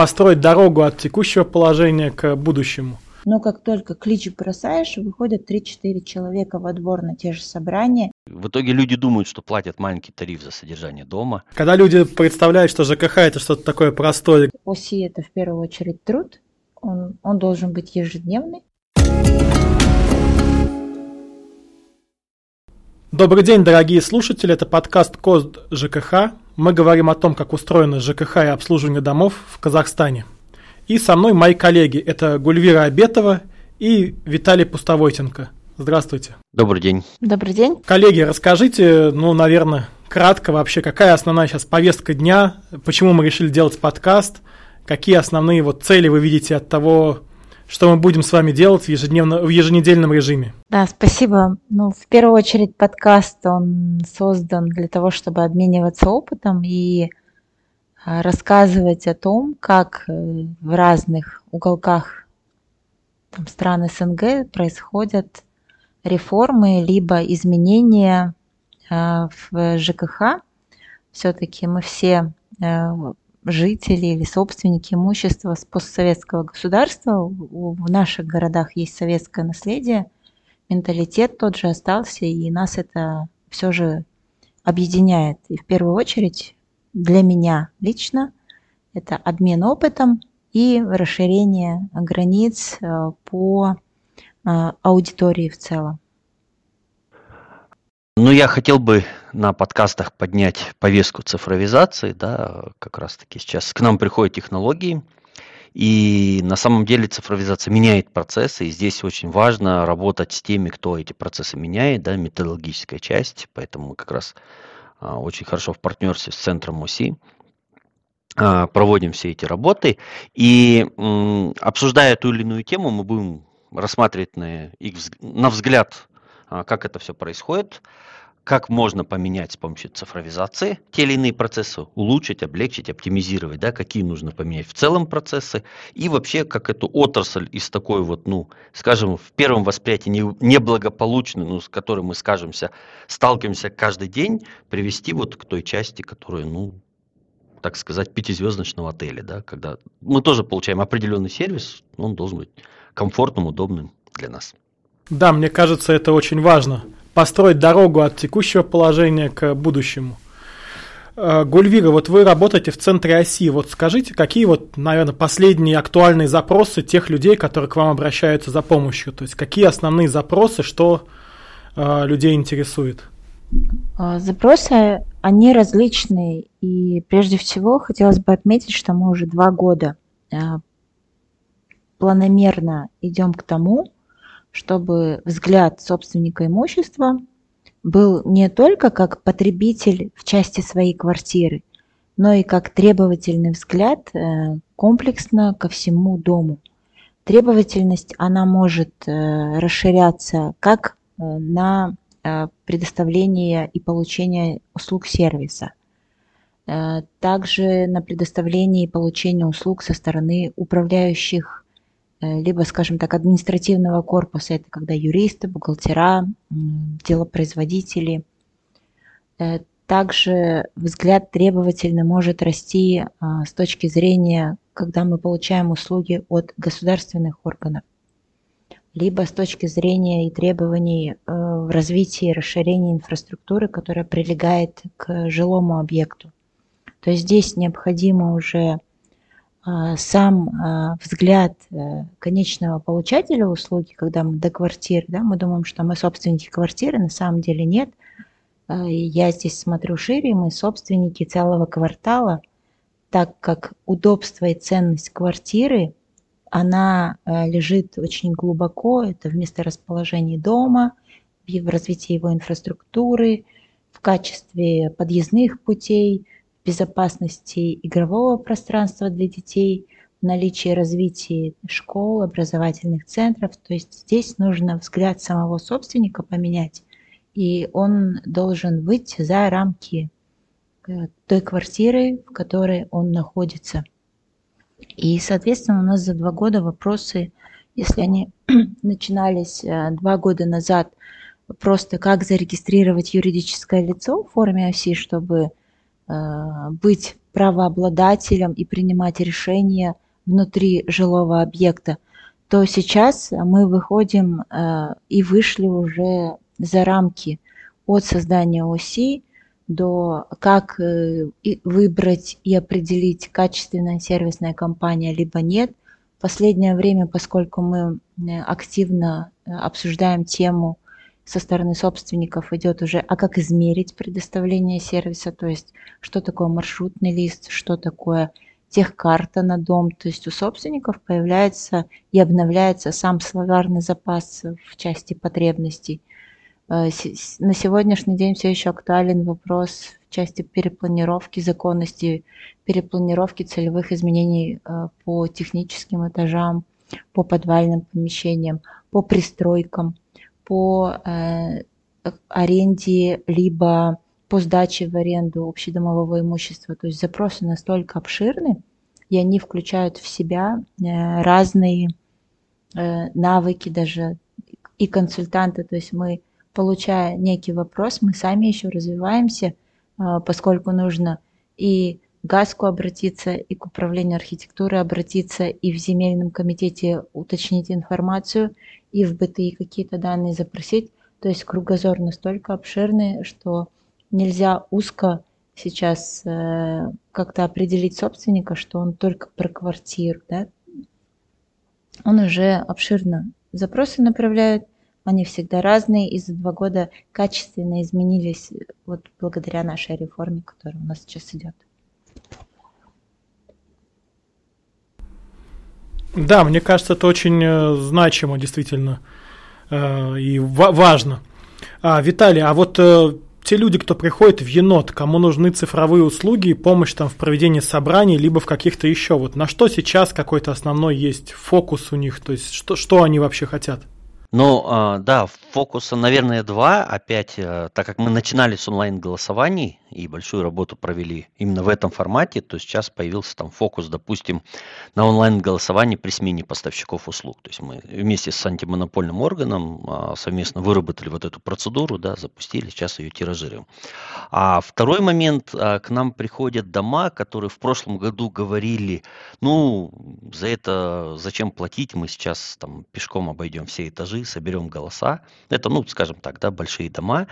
построить дорогу от текущего положения к будущему. Но как только клич бросаешь, выходят 3-4 человека во двор на те же собрания. В итоге люди думают, что платят маленький тариф за содержание дома. Когда люди представляют, что ЖКХ это что-то такое простое. ОСИ это в первую очередь труд, он должен быть ежедневный. Добрый день, дорогие слушатели, это подкаст КОСД ЖКХ. Мы говорим о том, как устроено ЖКХ и обслуживание домов в Казахстане. И со мной мои коллеги, это Гульвира Абетова и Виталий Пустовойтенко. Здравствуйте. Добрый день. Добрый день. Коллеги, расскажите, наверное, кратко вообще, какая основная сейчас повестка дня, почему мы решили делать подкаст, какие основные цели вы видите от того, что мы будем с вами делать в еженедельном режиме. Да, спасибо. В первую очередь подкаст, он создан для того, чтобы обмениваться опытом и рассказывать о том, как в разных уголках стран СНГ происходят реформы либо изменения в ЖКХ. Все-таки мы все жители или собственники имущества с постсоветского государства. В наших городах есть советское наследие, менталитет тот же остался, и нас это все же объединяет. И в первую очередь для меня лично это обмен опытом и расширение границ по аудитории в целом. Я хотел бы на подкастах поднять повестку цифровизации, как раз таки сейчас к нам приходят технологии, и на самом деле цифровизация меняет процессы, и здесь очень важно работать с теми, кто эти процессы меняет, методологическая часть, поэтому мы как раз очень хорошо в партнерстве с центром ОСИ проводим все эти работы, и обсуждая ту или иную тему, мы будем рассматривать на взгляд, как это все происходит, как можно поменять с помощью цифровизации те или иные процессы, улучшить, облегчить, оптимизировать, какие нужно поменять в целом процессы, и вообще как эту отрасль из такой скажем, в первом восприятии неблагополучной, с которой мы, сталкиваемся каждый день, привести к той части, которая, так сказать, пятизвездочного отеля, когда мы тоже получаем определенный сервис, он должен быть комфортным, удобным для нас. Да, мне кажется, это очень важно. Построить дорогу от текущего положения к будущему. Гульвира, вы работаете в центре ОСИ. Скажите, какие наверное, последние актуальные запросы тех людей, которые к вам обращаются за помощью? То есть какие основные запросы, что людей интересует? Запросы, они различные. И прежде всего хотелось бы отметить, что мы уже 2 года планомерно идем к тому, чтобы взгляд собственника имущества был не только как потребитель в части своей квартиры, но и как требовательный взгляд комплексно ко всему дому. Требовательность, она может расширяться как на предоставление и получение услуг сервиса, также на предоставление и получение услуг со стороны управляющих либо, скажем так, административного корпуса, это когда юристы, бухгалтера, делопроизводители. Также взгляд требовательно может расти с точки зрения, когда мы получаем услуги от государственных органов, либо с точки зрения и требований в развитии и расширении инфраструктуры, которая прилегает к жилому объекту. То есть здесь необходимо уже сам взгляд конечного получателя услуги, когда мы до квартиры, мы думаем, что мы собственники квартиры, на самом деле нет. Я здесь смотрю шире, мы собственники целого квартала, так как удобство и ценность квартиры, она лежит очень глубоко, это в месторасположении дома, в развитии его инфраструктуры, в качестве подъездных путей, безопасности игрового пространства для детей, наличии и развитии школ, образовательных центров. То есть здесь нужно взгляд самого собственника поменять, и он должен выйти за рамки той квартиры, в которой он находится. И, соответственно, у нас за 2 года вопросы, если они начинались 2 года назад, просто как зарегистрировать юридическое лицо в форме ОСИ, чтобы быть правообладателем и принимать решения внутри жилого объекта, то сейчас мы выходим и вышли уже за рамки от создания ОСИ до как выбрать и определить, качественная сервисная компания либо нет. В последнее время, поскольку мы активно обсуждаем тему со стороны собственников, идет уже, а как измерить предоставление сервиса, то есть что такое маршрутный лист, что такое техкарта на дом, то есть у собственников появляется и обновляется сам словарный запас в части потребностей. На сегодняшний день все еще актуален вопрос в части перепланировки, законности перепланировки целевых изменений по техническим этажам, по подвальным помещениям, по пристройкам, по аренде, либо по сдаче в аренду общедомового имущества. То есть запросы настолько обширны, и они включают в себя разные навыки даже и консультанты. То есть мы, получая некий вопрос, мы сами еще развиваемся, поскольку нужно и к ГАСКу обратиться, и к управлению архитектуры обратиться, и в земельном комитете уточнить информацию, и в БТИ какие-то данные запросить. То есть кругозор настолько обширный, что нельзя узко сейчас как-то определить собственника, что он только про квартиру, да? Он уже обширно запросы направляет, они всегда разные, и за 2 года качественно изменились вот благодаря нашей реформе, которая у нас сейчас идет. Да, мне кажется, это очень значимо, действительно, и важно. Виталий, а вот те люди, кто приходит в Енот, кому нужны цифровые услуги и помощь там в проведении собраний, либо в каких-то еще, вот на что сейчас какой-то основной есть фокус у них, то есть что они вообще хотят? Ну, да, фокуса, наверное, 2. Опять, так как мы начинали с онлайн-голосований и большую работу провели именно в этом формате, то сейчас появился там фокус, допустим, на онлайн-голосовании при смене поставщиков услуг. То есть мы вместе с антимонопольным органом совместно выработали вот эту процедуру, да, запустили, сейчас ее тиражируем. А второй момент, к нам приходят дома, которые в прошлом году говорили, ну, за это зачем платить, мы сейчас там пешком обойдем все этажи, соберем голоса. Это, ну, скажем так, да, большие дома.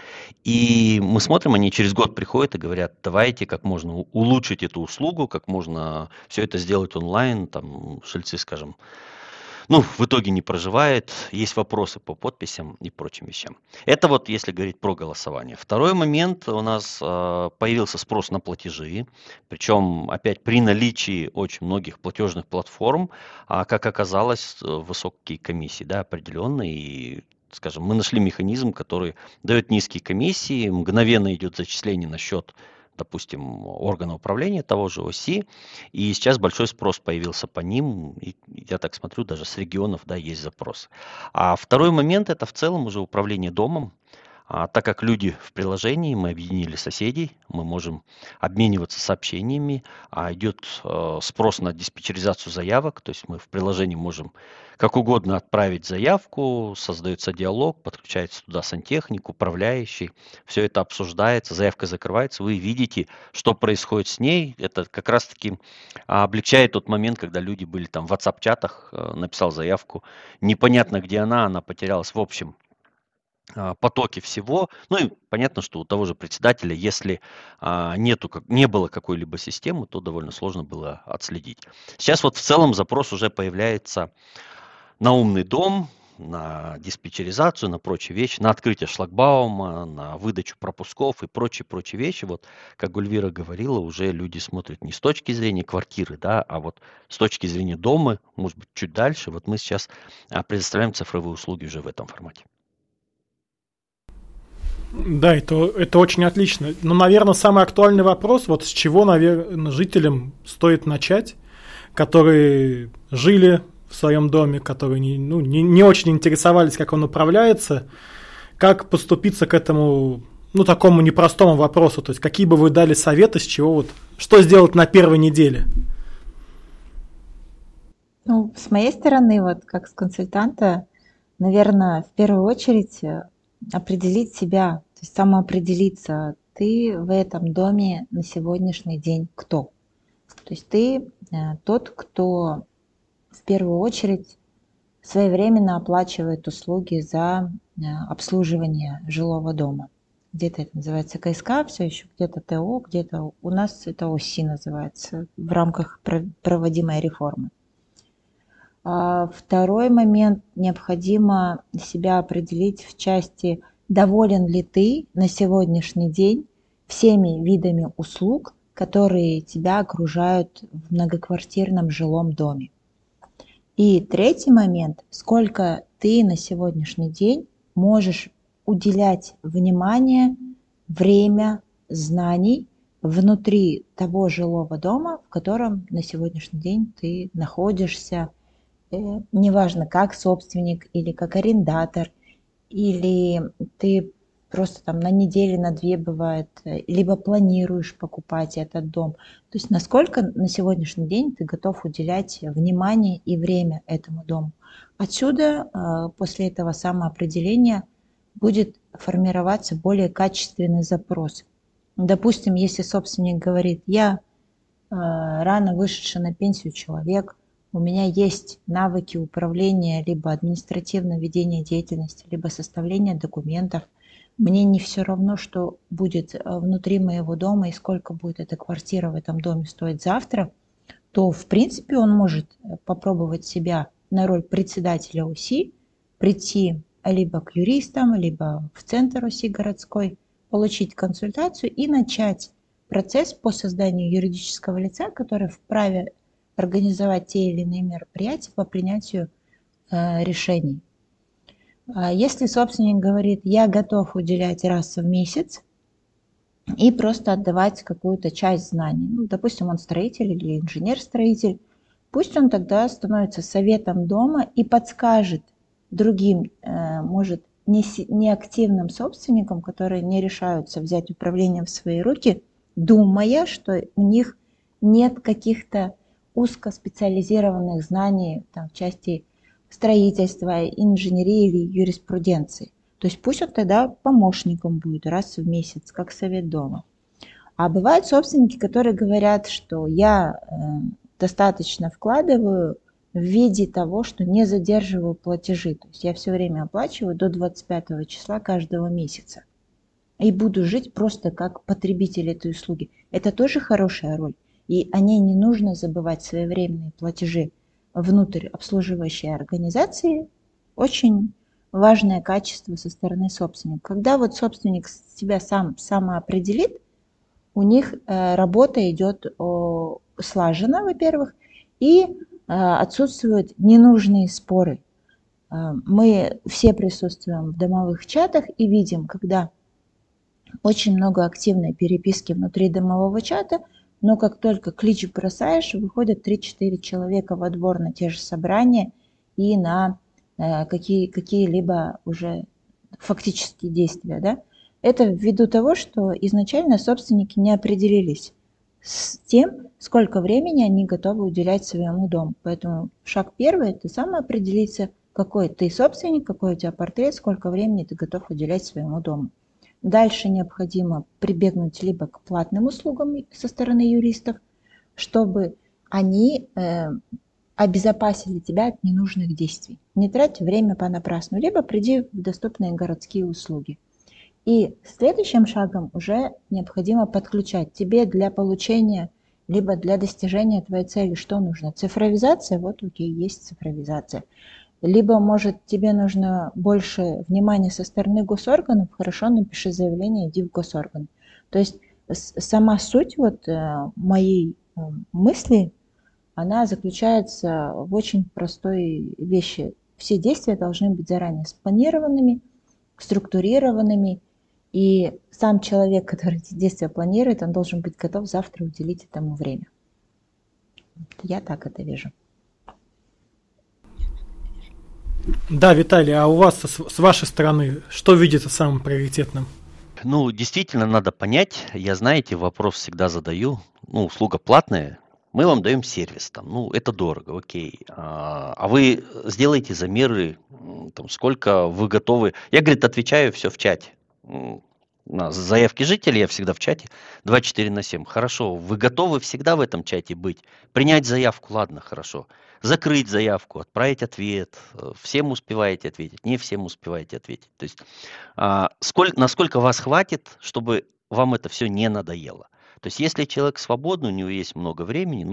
И мы смотрим, они через год приходят и говорят, давайте как можно улучшить эту услугу, как можно все это сделать онлайн, там, жильцы, скажем, ну, в итоге не проживает, есть вопросы по подписям и прочим вещам. Это вот если говорить про голосование. Второй момент, у нас появился спрос на платежи, причем опять при наличии очень многих платежных платформ, как оказалось, высокие комиссии, да, определенные, и, скажем, мы нашли механизм, который дает низкие комиссии, мгновенно идет зачисление на счет, допустим, органа управления того же ОСИ, и сейчас большой спрос появился по ним, и я так смотрю, даже с регионов, да, есть запрос. А второй момент – это в целом уже управление домом. Так как люди в приложении, мы объединили соседей, мы можем обмениваться сообщениями, идет спрос на диспетчеризацию заявок, то есть мы в приложении можем как угодно отправить заявку, создается диалог, подключается туда сантехник, управляющий, все это обсуждается, заявка закрывается, вы видите, что происходит с ней. Это как раз-таки облегчает тот момент, когда люди были там в WhatsApp-чатах, написал заявку, непонятно где она потерялась в общем потоке всего. Ну и понятно, что у того же председателя, если не было какой-либо системы, то довольно сложно было отследить. Сейчас вот в целом запрос уже появляется на умный дом, на диспетчеризацию, на прочие вещи, на открытие шлагбаума, на выдачу пропусков и прочие вещи. Вот, как Гульвира говорила, уже люди смотрят не с точки зрения квартиры, да, а вот с точки зрения дома, может быть, чуть дальше. Вот мы сейчас предоставляем цифровые услуги уже в этом формате. Да, это очень отлично. Но, наверное, самый актуальный вопрос, вот с чего, наверное, жителям стоит начать, которые жили в своем доме, которые не очень интересовались, как он управляется, как поступиться к этому, такому непростому вопросу, то есть какие бы вы дали советы, с чего что сделать на первой неделе? С моей стороны, как с консультанта, наверное, в первую очередь определить себя, то есть самоопределиться, ты в этом доме на сегодняшний день кто. То есть ты тот, кто в первую очередь своевременно оплачивает услуги за обслуживание жилого дома. Где-то это называется КСК, все еще где-то ТО, где-то у нас это ОСИ называется в рамках проводимой реформы. Второй момент, необходимо себя определить в части, доволен ли ты на сегодняшний день всеми видами услуг, которые тебя окружают в многоквартирном жилом доме. И третий момент, сколько ты на сегодняшний день можешь уделять внимание, время, знаний внутри того жилого дома, в котором на сегодняшний день ты находишься, неважно, как собственник или как арендатор, или ты просто там на неделю, на две бывает, либо планируешь покупать этот дом. То есть насколько на сегодняшний день ты готов уделять внимание и время этому дому. Отсюда, после этого самоопределения, будет формироваться более качественный запрос. Допустим, если собственник говорит, я рано вышедший на пенсию человек, у меня есть навыки управления либо административного ведения деятельности, либо составления документов, мне не все равно, что будет внутри моего дома и сколько будет эта квартира в этом доме стоить завтра, то в принципе он может попробовать себя на роль председателя УСИ, прийти либо к юристам, либо в центр УСИ городской, получить консультацию и начать процесс по созданию юридического лица, который вправе организовать те или иные мероприятия по принятию решений. Если собственник говорит, я готов уделять раз в месяц и просто отдавать какую-то часть знаний, допустим, он строитель или инженер-строитель, пусть он тогда становится советом дома и подскажет другим, может, неактивным собственникам, которые не решаются взять управление в свои руки, думая, что у них нет каких-то узкоспециализированных знаний там, в части строительства, инженерии или юриспруденции. То есть пусть он тогда помощником будет раз в месяц, как совет дома. А бывают собственники, которые говорят, что я достаточно вкладываю в виде того, что не задерживаю платежи. То есть я все время оплачиваю до 25 числа каждого месяца. И буду жить просто как потребитель этой услуги. Это тоже хорошая роль. И о ней не нужно забывать, своевременные платежи внутрь обслуживающей организации. Очень важное качество со стороны собственника. Когда вот собственник себя сам самоопределит, у них работа идет слаженно, во-первых, и отсутствуют ненужные споры. Мы все присутствуем в домовых чатах и видим, когда очень много активной переписки внутри домового чата, но как только клич бросаешь, выходят 3-4 человека во двор на те же собрания и на какие-либо уже фактические действия. Да? Это ввиду того, что изначально собственники не определились с тем, сколько времени они готовы уделять своему дому. Поэтому шаг первый – это самоопределиться, какой ты собственник, какой у тебя портрет, сколько времени ты готов уделять своему дому. Дальше необходимо прибегнуть либо к платным услугам со стороны юристов, чтобы они обезопасили тебя от ненужных действий. Не трать время понапрасну, либо приди в доступные городские услуги. И следующим шагом уже необходимо подключать тебе для получения, либо для достижения твоей цели, что нужно. Цифровизация, вот окей, есть цифровизация. Либо, может, тебе нужно больше внимания со стороны госорганов, хорошо, напиши заявление, иди в госорган. То есть сама суть вот моей мысли, она заключается в очень простой вещи. Все действия должны быть заранее спланированными, структурированными, и сам человек, который эти действия планирует, он должен быть готов завтра уделить этому время. Я так это вижу. Да, Виталий, а у вас, с вашей стороны, что видится самым приоритетным? Ну, действительно, надо понять. Я, знаете, вопрос всегда задаю. Ну, услуга платная, мы вам даем сервис. Там, это дорого, окей. А вы сделаете замеры, там, сколько вы готовы. Я, говорит, отвечаю все в чате. заявки жителей, я всегда в чате 24/7. Хорошо, вы готовы всегда в этом чате быть? Принять заявку, ладно, хорошо. Закрыть заявку, отправить ответ. Всем успеваете ответить, не всем успеваете ответить. То есть насколько вас хватит, чтобы вам это все не надоело. То есть если человек свободный, у него есть много времени,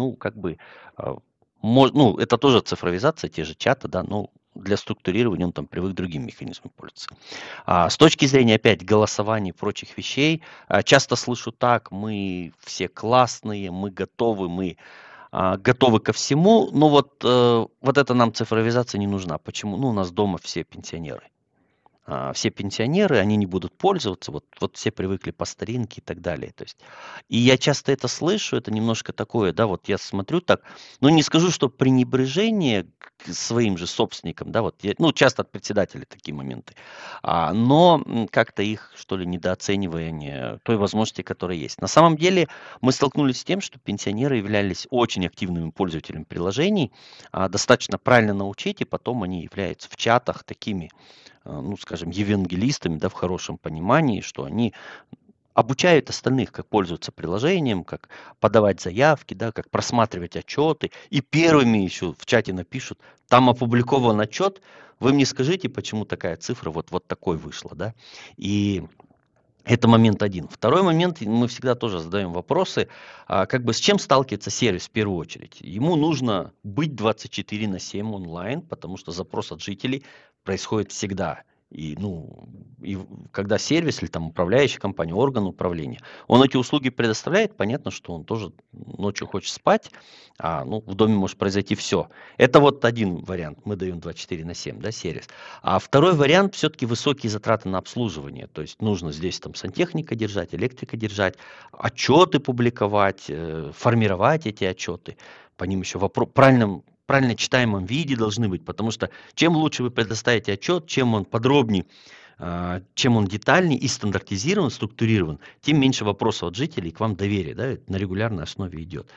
это тоже цифровизация, те же чаты, да, для структурирования он там привык другим механизмам пользоваться. С точки зрения, опять, голосования и прочих вещей, часто слышу так: мы все классные, мы готовы ко всему, но вот эта нам цифровизация не нужна. Почему? У нас дома все пенсионеры. Все пенсионеры, они не будут пользоваться, вот все привыкли по старинке и так далее. То есть, и я часто это слышу, это немножко такое, да, вот я смотрю так, не скажу, что пренебрежение к своим же собственникам, да, часто от председателя такие моменты, но как-то их, что ли, недооценивание той возможности, которая есть. На самом деле мы столкнулись с тем, что пенсионеры являлись очень активными пользователями приложений, достаточно правильно научить, и потом они являются в чатах такими, скажем, евангелистами, да, в хорошем понимании, что они обучают остальных, как пользоваться приложением, как подавать заявки, да, как просматривать отчеты. И первыми еще в чате напишут: там опубликован отчет, вы мне скажите, почему такая цифра вот такой вышла, да. И это момент один. Второй момент, мы всегда тоже задаем вопросы, с чем сталкивается сервис в первую очередь. Ему нужно быть 24/7 онлайн, потому что запрос от жителей происходит всегда. И когда сервис или там управляющая компания, орган управления, он эти услуги предоставляет, понятно, что он тоже ночью хочет спать, в доме может произойти все. Это вот один вариант, мы даем 24/7, да, сервис. А второй вариант, все-таки высокие затраты на обслуживание, то есть нужно здесь там сантехника держать, электрика держать, отчеты публиковать, формировать эти отчеты, по ним еще правильно читаемом виде должны быть, потому что чем лучше вы предоставите отчет, чем он подробнее, чем он детальнее и стандартизирован, структурирован, тем меньше вопросов от жителей, к вам доверие, да, на регулярной основе идет.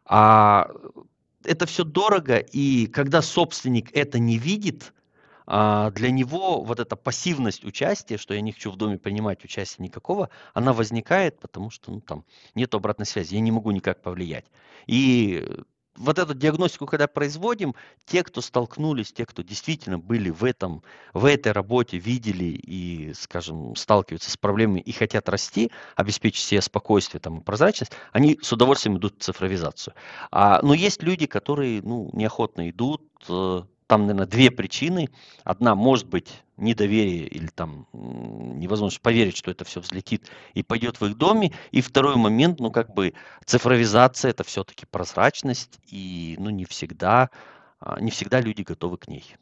Это все дорого, и когда собственник это не видит, для него вот эта пассивность участия, что я не хочу в доме принимать участия никакого, она возникает, потому что там нет обратной связи, я не могу никак повлиять. И вот эту диагностику, когда производим, те, кто столкнулись, те, кто действительно были в этой работе, видели и, скажем, сталкиваются с проблемами и хотят расти, обеспечить себе спокойствие и прозрачность, они с удовольствием идут в цифровизацию. Но есть люди, которые неохотно идут. Там, наверное, две причины. Одна может быть недоверие или там невозможность поверить, что это все взлетит и пойдет в их доме. И второй момент, цифровизация — это все-таки прозрачность, и не всегда люди готовы к ней.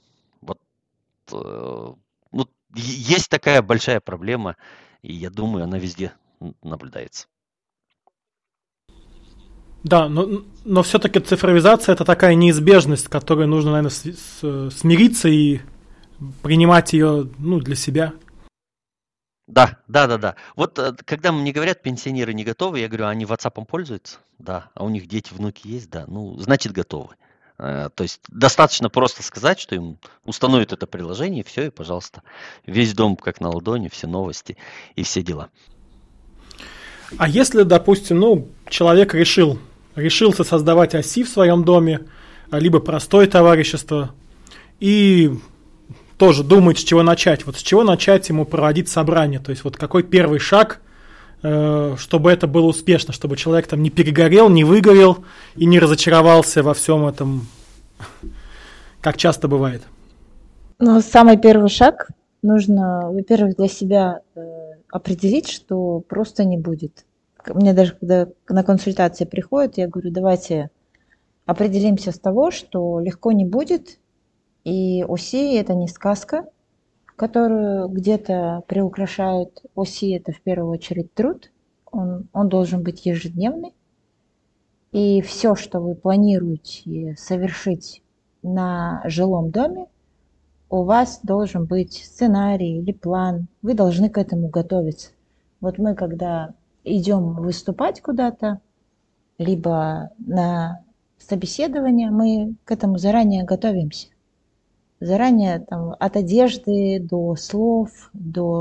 Есть такая большая проблема, и я думаю, она везде наблюдается. Да, но все-таки цифровизация — это такая неизбежность, с которой нужно, наверное, смириться и принимать ее для себя. Да. Вот когда мне говорят, пенсионеры не готовы, я говорю: они WhatsApp пользуются? Да. А у них дети, внуки есть? Да. Значит, готовы. То есть достаточно просто сказать, что им установят это приложение, и все, и, пожалуйста, весь дом как на ладони, все новости и все дела. А если, допустим, человек решился создавать ОСИ в своем доме, либо простое товарищество, и тоже думает, с чего начать. Вот с чего начать ему проводить собрание? То есть какой первый шаг, чтобы это было успешно, чтобы человек там не перегорел, не выгорел и не разочаровался во всем этом, как часто бывает? Самый первый шаг нужно, во-первых, для себя определить, что просто не будет. Мне даже когда на консультации приходят, я говорю: давайте определимся с того, что легко не будет, и ОСИ — это не сказка, которую где-то приукрашают. ОСИ — это в первую очередь труд, он должен быть ежедневный, и все, что вы планируете совершить на жилом доме, у вас должен быть сценарий или план, вы должны к этому готовиться. Вот мы, когда идем выступать куда-то, либо на собеседование, мы к этому заранее готовимся. Заранее от одежды до слов, до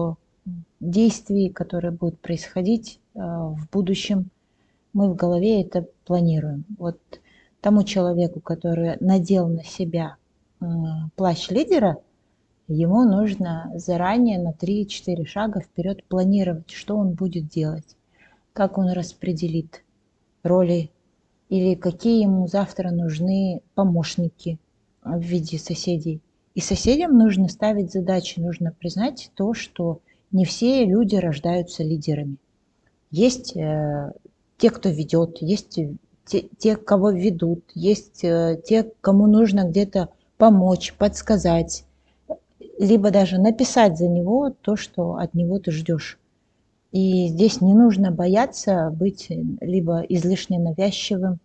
действий, которые будут происходить в будущем, мы в голове это планируем. Вот тому человеку, который надел на себя плащ лидера, ему нужно заранее на 3-4 шага вперед планировать, что он будет делать, как он распределит роли или какие ему завтра нужны помощники в виде соседей. И соседям нужно ставить задачи, нужно признать то, что не все люди рождаются лидерами. Есть те, кто ведет, есть те, кого ведут, есть те, кому нужно где-то помочь, подсказать, либо даже написать за него то, что от него ты ждешь. И здесь не нужно бояться быть либо излишне навязчивым,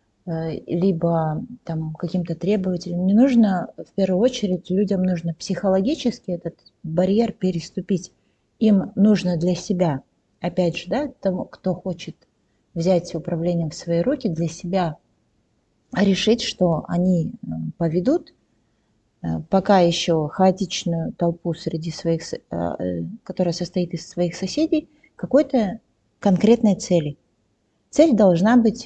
либо там каким-то требователем. Не нужно, в первую очередь, людям нужно психологически этот барьер переступить. Им нужно для себя, опять же, да, тому, кто хочет взять управление в свои руки, для себя решить, что они поведут пока еще хаотичную толпу среди своих, которая состоит из своих соседей, какой-то конкретной цели. Цель должна быть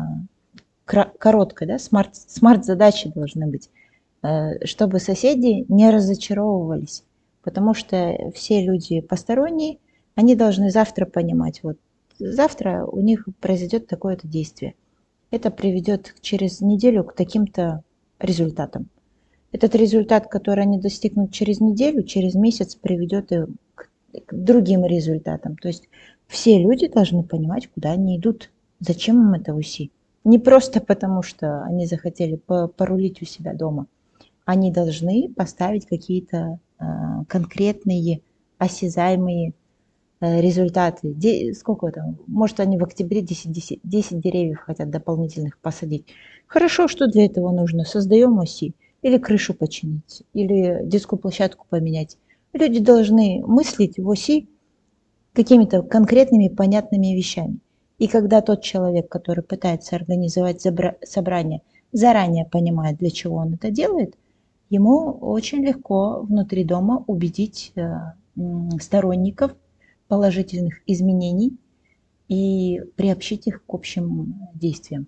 короткой, да, смарт-задачи должны быть, чтобы соседи не разочаровывались, потому что все люди посторонние, они должны завтра понимать, вот завтра у них произойдет такое-то действие. Это приведет через неделю к таким-то результатам. Этот результат, который они достигнут через неделю, через месяц приведет их к другим результатам. То есть все люди должны понимать, куда они идут, зачем им это УСИ. Не просто потому, что они захотели порулить у себя дома. Они должны поставить какие-то конкретные, осязаемые результаты. Сколько там? Может, они в октябре 10 деревьев хотят дополнительных посадить. Хорошо, что для этого нужно? Создаем ОСИ. Или крышу починить, или детскую площадку поменять. Люди должны мыслить в ОСИ какими-то конкретными, понятными вещами. И когда тот человек, который пытается организовать собрание, заранее понимает, для чего он это делает, ему очень легко внутри дома убедить сторонников положительных изменений и приобщить их к общим действиям.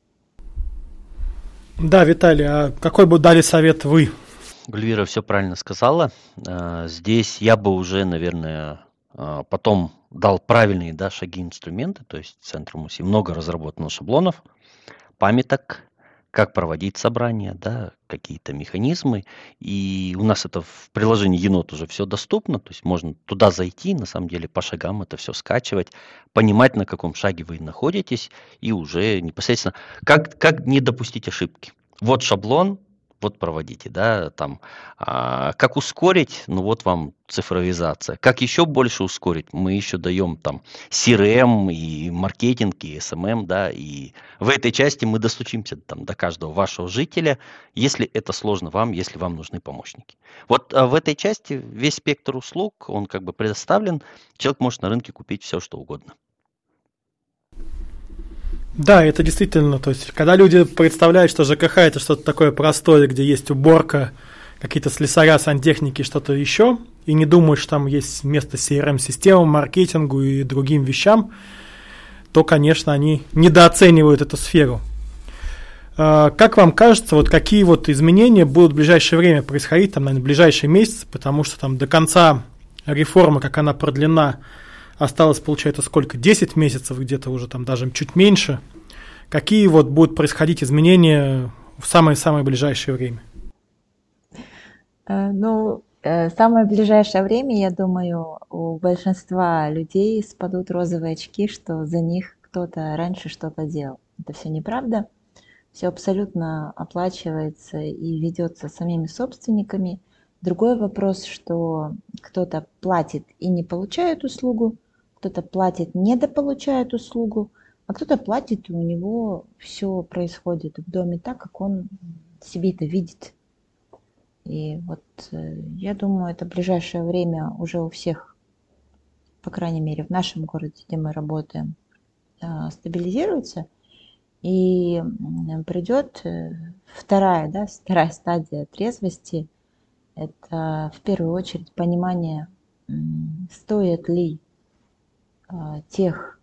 Да, Виталий, а какой бы дали совет вы? Гульвира все правильно сказала. Здесь я бы уже, наверное, потом дал правильные, да, шаги, инструменты, то есть Центром УСИ много разработано шаблонов, памяток, как проводить собрания, да, какие-то механизмы. И у нас это в приложении Енот уже все доступно, то есть можно туда зайти, на самом деле по шагам это все скачивать, понимать, на каком шаге вы находитесь, и уже непосредственно, как не допустить ошибки. Вот шаблон, вот проводите, да, там, как ускорить, ну вот вам цифровизация. Как еще больше ускорить, мы еще даем там CRM и маркетинг, и SMM, да, и в этой части мы достучимся там до каждого вашего жителя, если это сложно вам, если вам нужны помощники. Вот в этой части весь спектр услуг, он как бы предоставлен, человек может на рынке купить все, что угодно. Да, это действительно, то есть, когда люди представляют, что ЖКХ это что-то такое простое, где есть уборка, какие-то слесаря, сантехники, что-то еще, и не думают, что там есть место CRM-системам, маркетингу и другим вещам, то, конечно, они недооценивают эту сферу. Как вам кажется, вот какие вот изменения будут в ближайшее время происходить, там, наверное, в ближайшие месяцы, потому что там до конца реформы, как она продлена, осталось, получается, сколько? 10 месяцев где-то уже, там даже чуть меньше. Какие вот будут происходить изменения в самое-самое ближайшее время? Самое ближайшее время, я думаю, у большинства людей спадут розовые очки, что за них кто-то раньше что-то делал. Это все неправда. Все абсолютно оплачивается и ведется самими собственниками. Другой вопрос, что кто-то платит и не получает услугу, кто-то платит, недополучает услугу, а кто-то платит, и у него все происходит в доме так, как он себе это видит. И вот я думаю, это в ближайшее время уже у всех, по крайней мере, в нашем городе, где мы работаем, стабилизируется. И придет вторая стадия трезвости. Это в первую очередь понимание стоит ли тех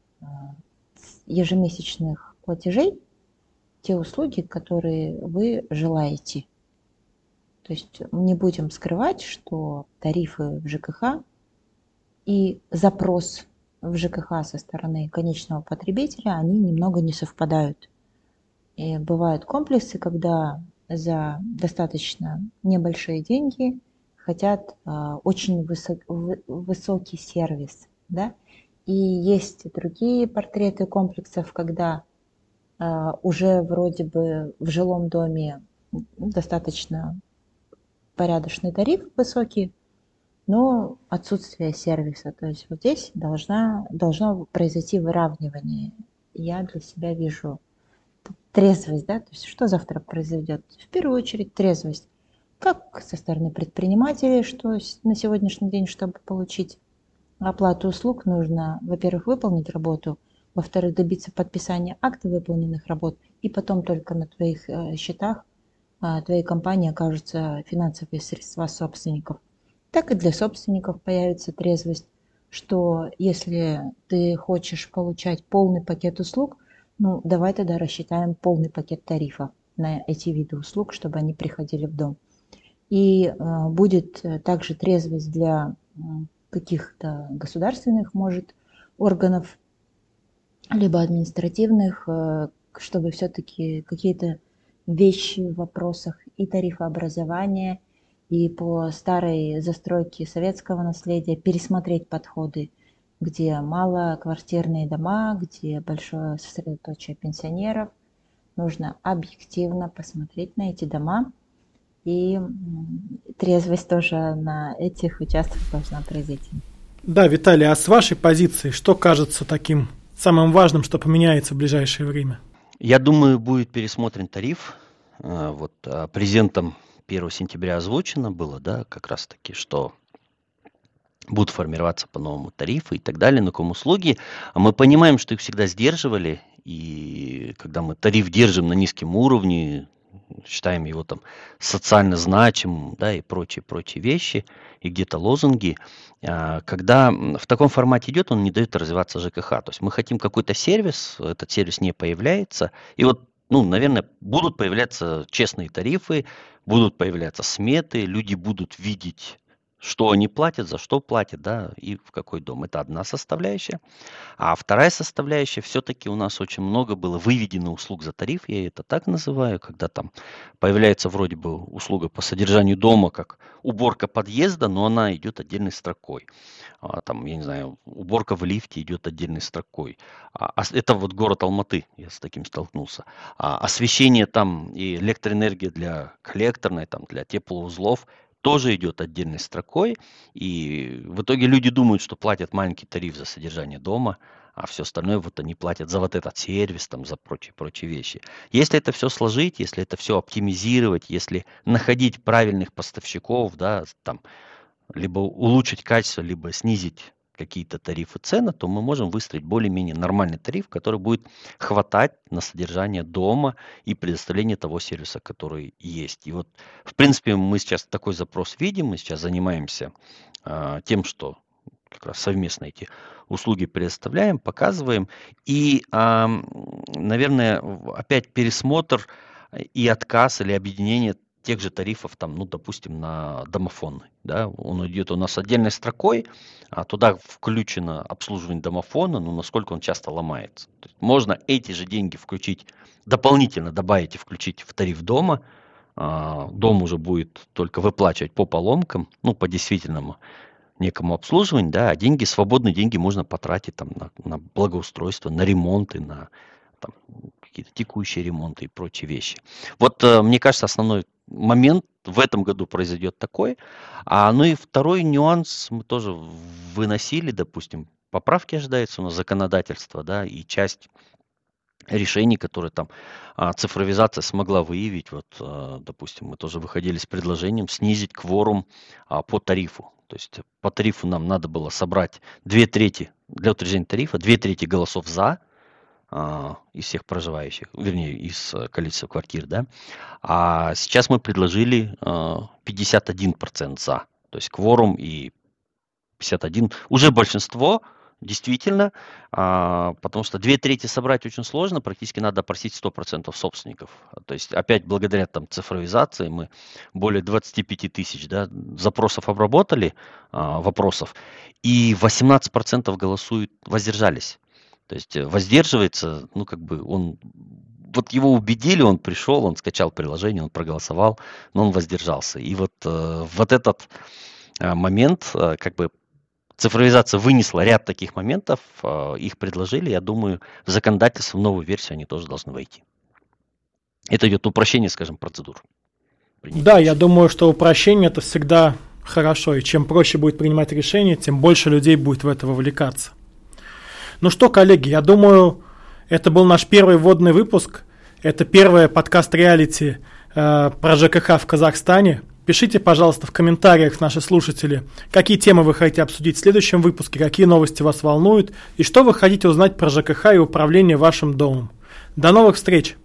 ежемесячных платежей, те услуги, которые вы желаете. То есть не будем скрывать, что тарифы в ЖКХ и запрос в ЖКХ со стороны конечного потребителя, они немного не совпадают. И бывают комплексы, когда за достаточно небольшие деньги хотят очень высокий сервис, да? И есть другие портреты комплексов, когда уже вроде бы в жилом доме достаточно порядочный тариф высокий, но отсутствие сервиса. То есть вот здесь должно произойти выравнивание. Я для себя вижу трезвость, да, то есть что завтра произойдет? В первую очередь трезвость. Как со стороны предпринимателей, что на сегодняшний день, чтобы получить оплату услуг, нужно, во-первых, выполнить работу, во-вторых, добиться подписания акта выполненных работ, и потом только на твоих счетах твоей компании окажутся финансовые средства собственников. Так и для собственников появится трезвость, что если ты хочешь получать полный пакет услуг, ну давай тогда рассчитаем полный пакет тарифа на эти виды услуг, чтобы они приходили в дом. И будет также трезвость для каких-то государственных, может, органов, либо административных, чтобы все-таки какие-то вещи в вопросах и тарифообразования, и по старой застройке советского наследия пересмотреть подходы, где малоквартирные дома, где большое сосредоточие пенсионеров. Нужно объективно посмотреть на эти дома, и трезвость тоже на этих участках должна произойти. Да, Виталий, а с вашей позиции, что кажется таким самым важным, что поменяется в ближайшее время? Я думаю, будет пересмотрен тариф. Вот президентом 1 сентября озвучено было, да, как раз таки, что будут формироваться по-новому тарифы и так далее на комуслуги. А мы понимаем, что их всегда сдерживали, и когда мы тариф держим на низком уровне, считаем его там социально значимым, да, и прочие вещи, и где-то лозунги, когда в таком формате идет, он не дает развиваться ЖКХ. То есть мы хотим какой-то сервис, этот сервис не появляется, и вот, ну, наверное, будут появляться честные тарифы, будут появляться сметы, люди будут видеть, что они платят, за что платят, да, и в какой дом. Это одна составляющая. А вторая составляющая, все-таки у нас очень много было выведено услуг за тариф, я это так называю, когда там появляется вроде бы услуга по содержанию дома, как уборка подъезда, но она идет отдельной строкой. Там, я не знаю, уборка в лифте идет отдельной строкой. Это вот город Алматы, я с таким столкнулся. Освещение там и электроэнергия для коллекторной, там, для теплоузлов, тоже идет отдельной строкой, и в итоге люди думают, что платят маленький тариф за содержание дома, а все остальное вот они платят за вот этот сервис, там, за прочие вещи. Если это все сложить, если это все оптимизировать, если находить правильных поставщиков, да, там, либо улучшить качество, либо снизить какие-то тарифы, цены, то мы можем выстроить более-менее нормальный тариф, который будет хватать на содержание дома и предоставление того сервиса, который есть. И вот, в принципе, мы сейчас такой запрос видим, мы сейчас занимаемся тем, что как раз совместно эти услуги предоставляем, показываем. И, наверное, опять пересмотр и отказ или объединение тех же тарифов, там, ну, допустим, на домофоны. Да? Он идет у нас отдельной строкой, а туда включено обслуживание домофона, но насколько он часто ломается. То есть можно эти же деньги включить, дополнительно добавить и включить в тариф дома. Дом уже будет только выплачивать по поломкам, ну, по действительному некому обслуживанию, да, а свободные деньги можно потратить там, на благоустройство, на ремонты, на там, какие-то текущие ремонты и прочие вещи. Вот, мне кажется, основной момент в этом году произойдет такой. Ну и второй нюанс мы тоже выносили, допустим, поправки ожидается у нас законодательство, да, и часть решений, которые там цифровизация смогла выявить. Вот, допустим, мы тоже выходили с предложением снизить кворум по тарифу. То есть по тарифу нам надо было собрать 2/3 для утверждения тарифа, 2/3 голосов за из всех проживающих, вернее, из количества квартир, да. А сейчас мы предложили 51% за. То есть кворум и 51, уже большинство, действительно, потому что 2/3 собрать очень сложно, практически надо опросить 100% собственников. То есть опять благодаря там цифровизации мы более 25 тысяч, да, запросов обработали, вопросов, и 18% голосуют, воздержались. То есть воздерживается, ну как бы он, вот его убедили, он пришел, он скачал приложение, он проголосовал, но он воздержался. И вот этот момент, как бы, цифровизация вынесла ряд таких моментов, их предложили, я думаю, в законодательство, в новую версию они тоже должны войти. Это идет упрощение, скажем, процедур. Да, я думаю, что упрощение это всегда хорошо, и чем проще будет принимать решения, тем больше людей будет в это вовлекаться. Ну что, коллеги, я думаю, это был наш первый вводный выпуск, это первый подкаст-реалити про ЖКХ в Казахстане. Пишите, пожалуйста, в комментариях, наши слушатели, какие темы вы хотите обсудить в следующем выпуске, какие новости вас волнуют и что вы хотите узнать про ЖКХ и управление вашим домом. До новых встреч!